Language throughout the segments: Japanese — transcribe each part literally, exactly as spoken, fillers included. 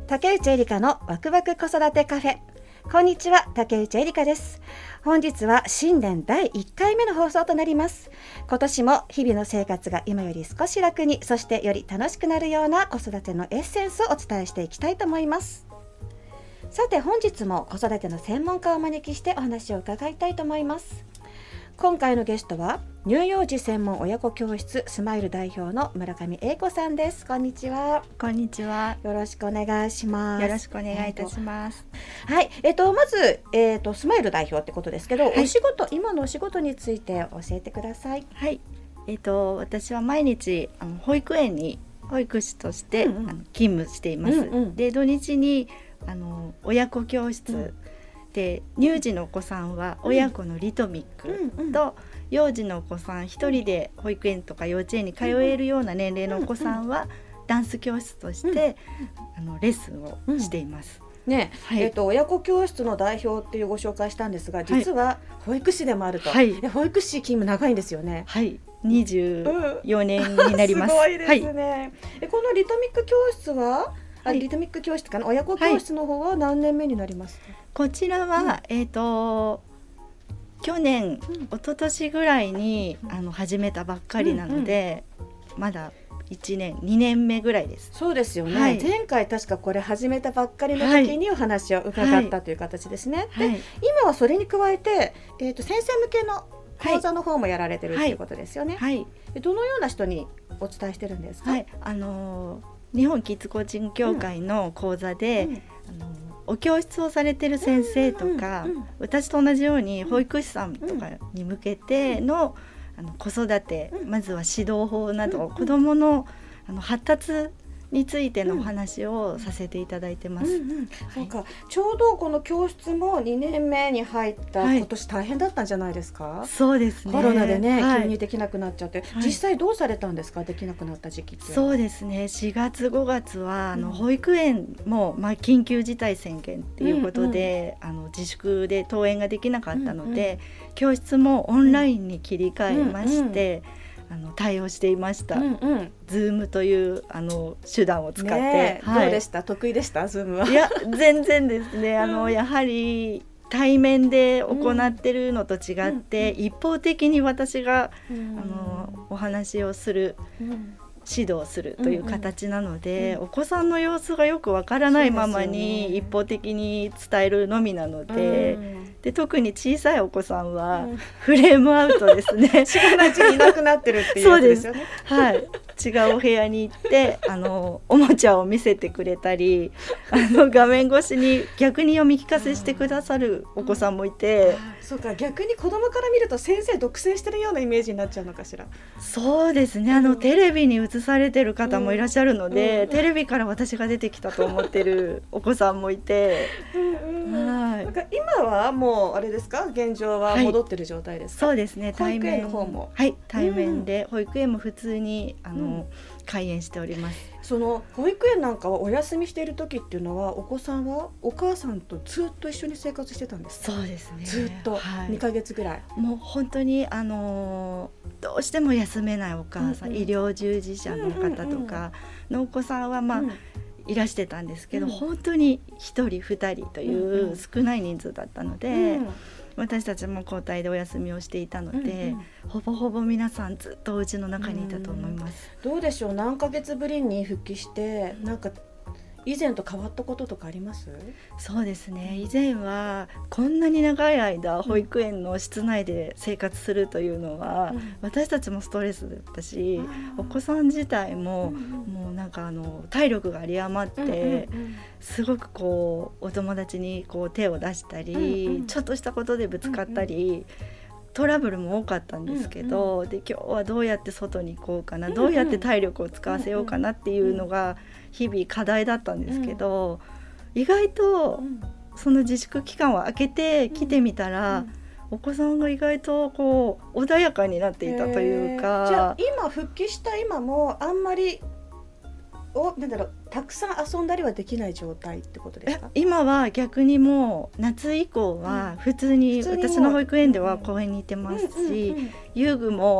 竹内えりかのワクワク子育てカフェ。こんにちは、竹内えりかです。本日は新年だいいっかいめの放送となります。今年も日々の生活が今より少し楽に、そしてより楽しくなるような子育てのエッセンスをお伝えしていきたいと思います。さて本日も子育ての専門家をお招きしてお話を伺いたいと思います。今回のゲストは乳幼児専門親子教室スマイル代表の村上英子さんです。こんにちは。 こんにちは。 よろしくお願いします。 よろしくお願いいたします。 えー、はい、えっ、ー、とまずえっ、ー、とスマイル代表ってことですけど、はい、お仕事今のお仕事について教えてください。 はい。えっ、ー、と私は毎日あの保育園に保育士として、うんうん、あの勤務しています。うんうん、で土日にあの親子教室、うんで乳児のお子さんは親子のリトミックと、うんうん、幼児のお子さん一人で保育園とか幼稚園に通えるような年齢のお子さんはダンス教室として、うん、あのレッスンをしています。 うんねはいえー、と親子教室の代表っていうご紹介したんですが、実は保育士でもあると、はい、保育士勤務長いんですよね。 はいにじゅうよねんになります。 すごいですね。はい、えこのリトミック教室はあリトミック教室かな親子教室の方は何年目になりますか？はいこちらは、うんえー、と去年、うん、一昨年ぐらいに、うん、あの始めたばっかりなので、うんうん、まだいちねんにねんめぐらいです。 そうですよね、はい、前回確かこれ始めたばっかりの時にお話を伺った、はい、という形ですね、はい、で今はそれに加えて、えー、と先生向けの講座の方もやられてるっていうことですよね、はいはい、どのような人にお伝えしてるんですか？ はいあのー、日本キッズコーチング協会の講座で、うんうんあのーお教室をされてる先生とか、うんうんうん、私と同じように保育士さんとかに向けての、あの子育て、うん、まずは指導法など、うんうん、子どもの、あの発達についてのお話をさせていただいてます。うんうんはい、 そうかちょうどこの教室もにねんめに入った今年大変だったんじゃないですか？ はい、そうですね。 コロナでね、はい、急にできなくなっちゃって、はい、実際どうされたんですか？できなくなった時期っていうのは。 そうですねしがつごがつはあの保育園も、まあ、緊急事態宣言っていうことで、うんうん、あの自粛で登園ができなかったので、うんうん、教室もオンラインに切り替えまして、うんうんあの対応していました。うんうん、Zoom というあの手段を使って、ねはい、どうでした？得意でした？ Zoom は。 いや全然ですね。あのやはり対面で行ってるのと違って、うん、一方的に私が、うん、あのお話をする、うん、指導するという形なので、うんうん、お子さんの様子がよくわからないままに一方的に伝えるのみなので、うん、で特に小さいお子さんはフレームアウトですね。 知らないうちにいなくなってるっていうやつですよね。 はい、違うお部屋に行ってあのおもちゃを見せてくれたりあの画面越しに逆に読み聞かせしてくださるお子さんもいて、 そうか逆に子供から見ると先生独占してるようなイメージになっちゃうのかしら。 そうですねあの、うん、テレビに映されてる方もいらっしゃるので、うん、テレビから私が出てきたと思ってるお子さんもいてうん、はい、なんか今はもうあれですか現状は戻ってる状態ですか？ はい、そうですね対面の方もはい対面で、うん、保育園も普通にあの、うん、開園しております。 その保育園なんかはお休みしている時っていうのはお子さんはお母さんとずっと一緒に生活してたんですか？ そうですねずっとにかげつぐらい、 はい、もう本当にあのどうしても休めないお母さん、うんうん、医療従事者の方とかのお子さんはまあ、うんいらしてたんですけど、うん、本当にひとりふたりという少ない人数だったので、うん、私たちも交代でお休みをしていたので、うんうん、ほぼほぼ皆さんずっとお家の中にいたと思います。 うん、どうでしょう何ヶ月ぶりに復帰してなんか以前と変わったこととかあります？ そうですね以前はこんなに長い間保育園の室内で生活するというのは、うん、私たちもストレスだったし、うん、お子さん自体も、うん、もうなんかあの体力が有り余って、うんうんうん、すごくこうお友達にこう手を出したり、うんうん、ちょっとしたことでぶつかったり、うんうんトラブルも多かったんですけど、うんうん、で今日はどうやって外に行こうかな、うんうん、どうやって体力を使わせようかなっていうのが日々課題だったんですけど、うん、意外とその自粛期間を空けて来てみたら、うんうん、お子さんが意外とこう穏やかになっていたというか。 じゃあ今復帰した今もあんまりおなんだろうたくさん遊んだりはできない状態ってことですか？ 今は逆にもう夏以降は普通に私の保育園では公園に行ってますし、遊具も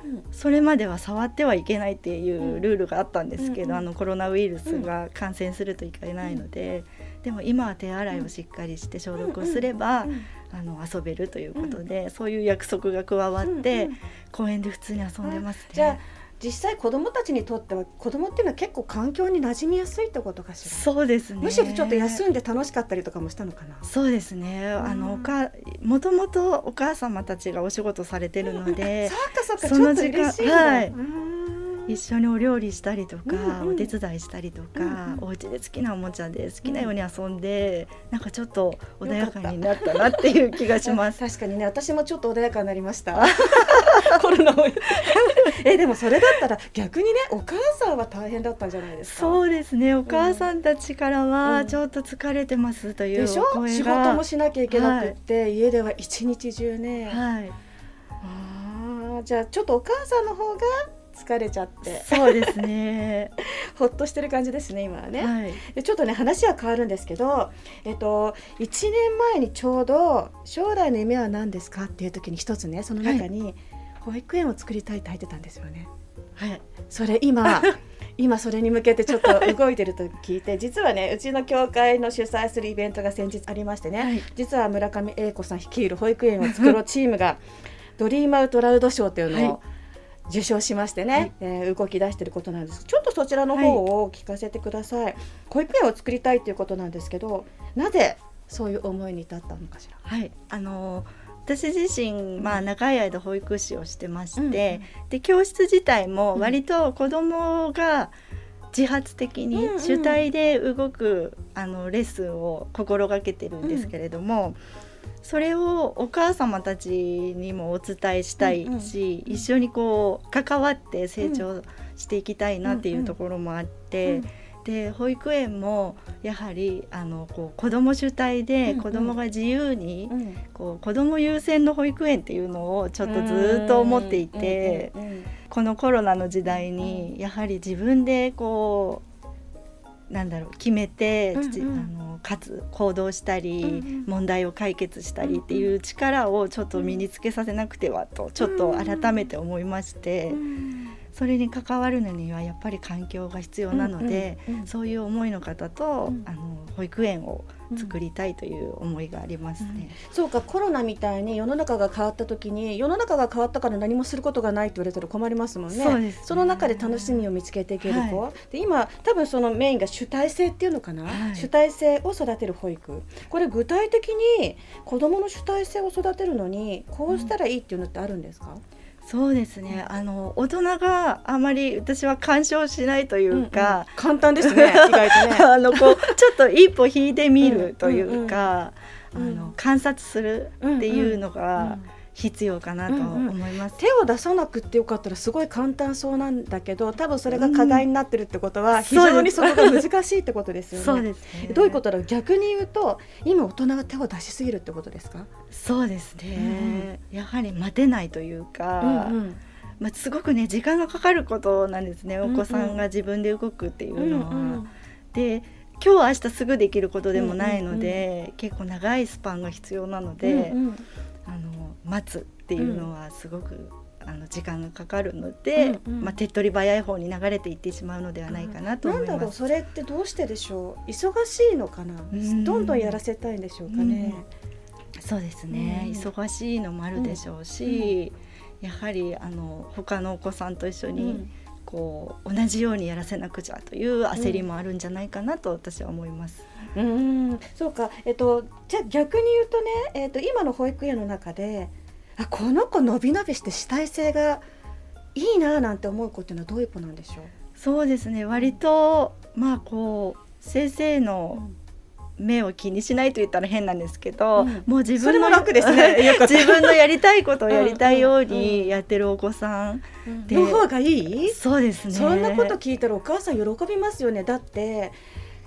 それまでは触ってはいけないっていうルールがあったんですけど、あのコロナウイルスが感染するといけないので、でも今は手洗いをしっかりして消毒をすれば、あの遊べるということで、そういう約束が加わって公園で普通に遊んでますね。 じゃあ実際子どもたちにとっては子どもっていうのは結構環境に馴染みやすいってことかしら。 そうですね。 むしろちょっと休んで楽しかったりとかもしたのかな。 そうですね。あのおかもともとお母様たちがお仕事されてるので、 そうかそうか、 その時間、 ちょっと嬉しいんだ。 はい、 うん一緒にお料理したりとか、 うんうんお手伝いしたりとか、 うんうんお家で好きなおもちゃで好きなように遊んで、なんかちょっと穏やかになったなっていう気がします。 確かにね、私もちょっと穏やかになりましたコロナをえでもそれだったら逆にね、お母さんは大変だったんじゃないですか。 そうですね。お母さんたちからうはんちょっと疲れてますというでしょ。 お声が、 仕事もしなきゃいけなくって、家では一日中ね、 はい、 あーじゃあちょっとお母さんの方が疲れちゃってそうですねほっとしてる感じですね今はね、 はい、 でちょっとね話は変わるんですけど、えっと、いちねんまえにちょうど将来の夢は何ですかっていう時に一つね、その中に保育園を作りたいって入ってたんですよね。 はい、 それ今今それに向けてちょっと動いてると聞いて、実はねうちの教会の主催するイベントが先日ありましてね、 はい、 実は村上英子さん率いる保育園を作ろうチームがドリームアウトラウド賞というのを、はい受賞しましてね、はいえー、動き出していることなんです。ちょっとそちらの方を聞かせてください、はい、保育園を作りたいということなんですけど、なぜそういう思いに至ったのかしら。 はい、あの私自身、まあ、長い間保育士をしてまして、うんうん、で教室自体も割と子どもが自発的に主体で動く、うんうん、あのレッスンを心がけてるんですけれども、うんそれをお母様たちにもお伝えしたいし、うんうん、一緒にこう関わって成長していきたいなっていうところもあって、うんうん、で保育園もやはりあのこう子ども主体で子どもが自由に、うんうん、こう子ども優先の保育園っていうのをちょっとずっと思っていて、うんうんうん、このコロナの時代にやはり自分でこうなんだろう決めて、うんうん、あのかつ行動したり、うんうん、問題を解決したりっていう力をちょっと身につけさせなくてはとちょっと改めて思いまして、うん、それに関わるのにはやっぱり環境が必要なので、うんうんうん、そういう思いの方と、うん、あの保育園を作りたいという思いがありますね、うんうん、 そうか、コロナみたいに世の中が変わった時に世の中が変わったから何もすることがないって言われたら困りますもんね。 そうですね。 その中で楽しみを見つけていける子、はい、で今多分そのメインが主体性っていうのかな、はい、主体性を育てる保育、これ具体的に子どもの主体性を育てるのにこうしたらいいっていうのってあるんですか？うんそうですね、あの大人があまり私は干渉しないというか、うんうん、 簡単ですね意外とねあのこうちょっと一歩引いてみるというか、うんうんうん、あの観察するっていうのが必要かなと思います、うんうん、 手を出さなくってよかったらすごい簡単そうなんだけど、多分それが課題になってるってことは非常にそこが難しいってことですよね。 そうですね。 どういうことだろう、逆に言うと今大人が手を出しすぎるってことですか？ そうですね、うん、やはり待てないというか、うんうんまあ、すごくね時間がかかることなんですね、お子さんが自分で動くっていうのは、うんうん、で今日明日すぐできることでもないので、うんうん、結構長いスパンが必要なので、うんうん、あの待つっていうのはすごく、うん、あの時間がかかるので、うんうんまあ、手っ取り早い方に流れていってしまうのではないかなと思います。 なんだろう、それってどうしてでしょう、忙しいのかな、うん、どんどんやらせたいんでしょうかね、 うん、そうですね、うん、忙しいのもあるでしょうし、うん、やはりあの他のお子さんと一緒に、うんこう同じようにやらせなくちゃという焦りもあるんじゃないかなと私は思います、 うん、うんそうか、えっと、じゃあ逆に言うとね、えっと、今の保育園の中であこの子伸び伸びして主体性がいいななんて思う子っていうのはどういう子なんでしょう？ そうですね、割とまあこう先生の目を気にしないと言ったら変なんですけど、うん、もう自分の楽ですね自分のやりたいことをやりたいようにやってるお子さんの方がいい？ そうですね。 そんなこと聞いたらお母さん喜びますよね。だって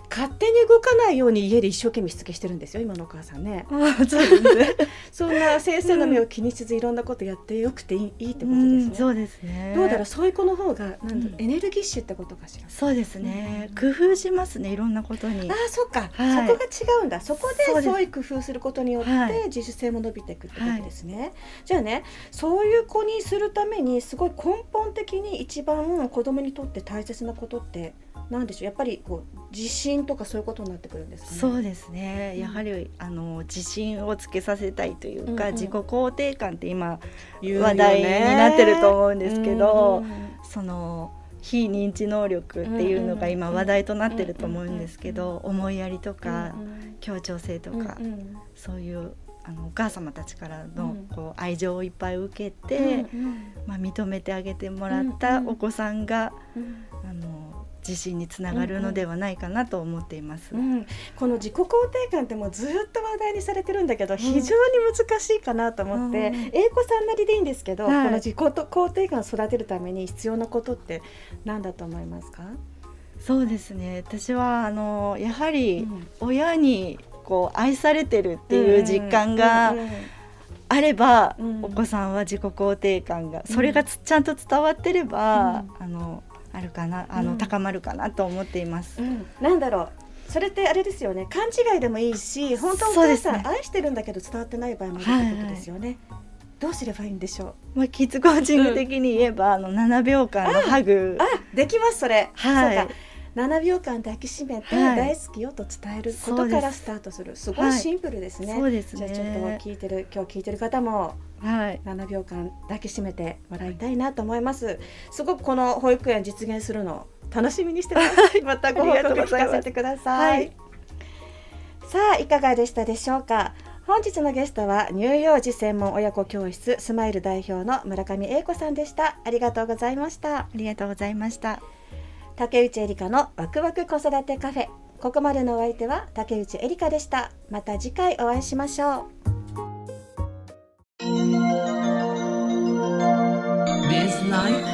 勝手に動かないように家で一生懸命しつけしてるんですよ今のお母さんね。 あそうですねそんな先生の目を気にしずいろんなことやってよくていい、いいってことですね、 うん、そうですね。 どうだろう、そういう子の方がなんだろう、 うん、 エネルギッシュってことかしら。 そうですね、 うん、 工夫しますねいろんなことに。 ああそっか、 はい、 そこが違うんだ。そこでそういう工夫することによって自主性も伸びていくってことですね、はい、じゃあね、そういう子にするためにすごい根本的に一番子供にとって大切なことってなんでしょう。やっぱりこう自信とかそういうことになってくるんですかね。 そうですね、うん、やはりあの自信をつけさせたいというか、うんうん、自己肯定感って今話題になってると思うんですけど、うんうん、その非認知能力っていうのが今話題となってると思うんですけど、思いやりとか、うんうん、協調性とか、うんうん、そういうあのお母様たちからのこう愛情をいっぱい受けて、うんうん、まあ、認めてあげてもらったお子さんが、うんうん、あの自信につながるのではないかなと思っています、 うんうん、この自己肯定感ってもうずっと話題にされてるんだけど、うん、非常に難しいかなと思って、うん、英子さんなりでいいんですけど、はい、この自己肯定感を育てるために必要なことって何だと思いますか？ そうですね、私はあのやはり親にこう愛されてるっていう実感があれば、うんうん、お子さんは自己肯定感が、うん、それがちゃんと伝わってれば、うん、あのあるかなあの、うん、高まるかなと思っています、うん、 なんだろう、それってあれですよね、勘違いでもいいし、本当お母さん、ね、愛してるんだけど伝わってない場合もあるってことですよね、はいはい、どうすればいいんでしょう。 まあ、キッズコーチング的に言えば、うん、あのななびょうかんのハグ、 ああできますそれ、 はい、 そうか、ななびょうかん抱きしめて、はい、大好きよと伝えることからスタートする。すごいシンプルですね、はい、 そうですね。 じゃあちょっと聞いてる今日聞いてる方も、はい、ななびょうかん抱きしめてもらいたいなと思います。すごくこの保育園実現するの楽しみにしてますまたご報告聞かせてください、はい、さあいかがでしたでしょうか。本日のゲストは乳幼児専門親子教室スマイル代表の村上英子さんでした。ありがとうございました。 ありがとうございました。 竹内えりかのワクワク子育てカフェ、ここまでのお相手は竹内えりかでした。また次回お会いしましょう。 This life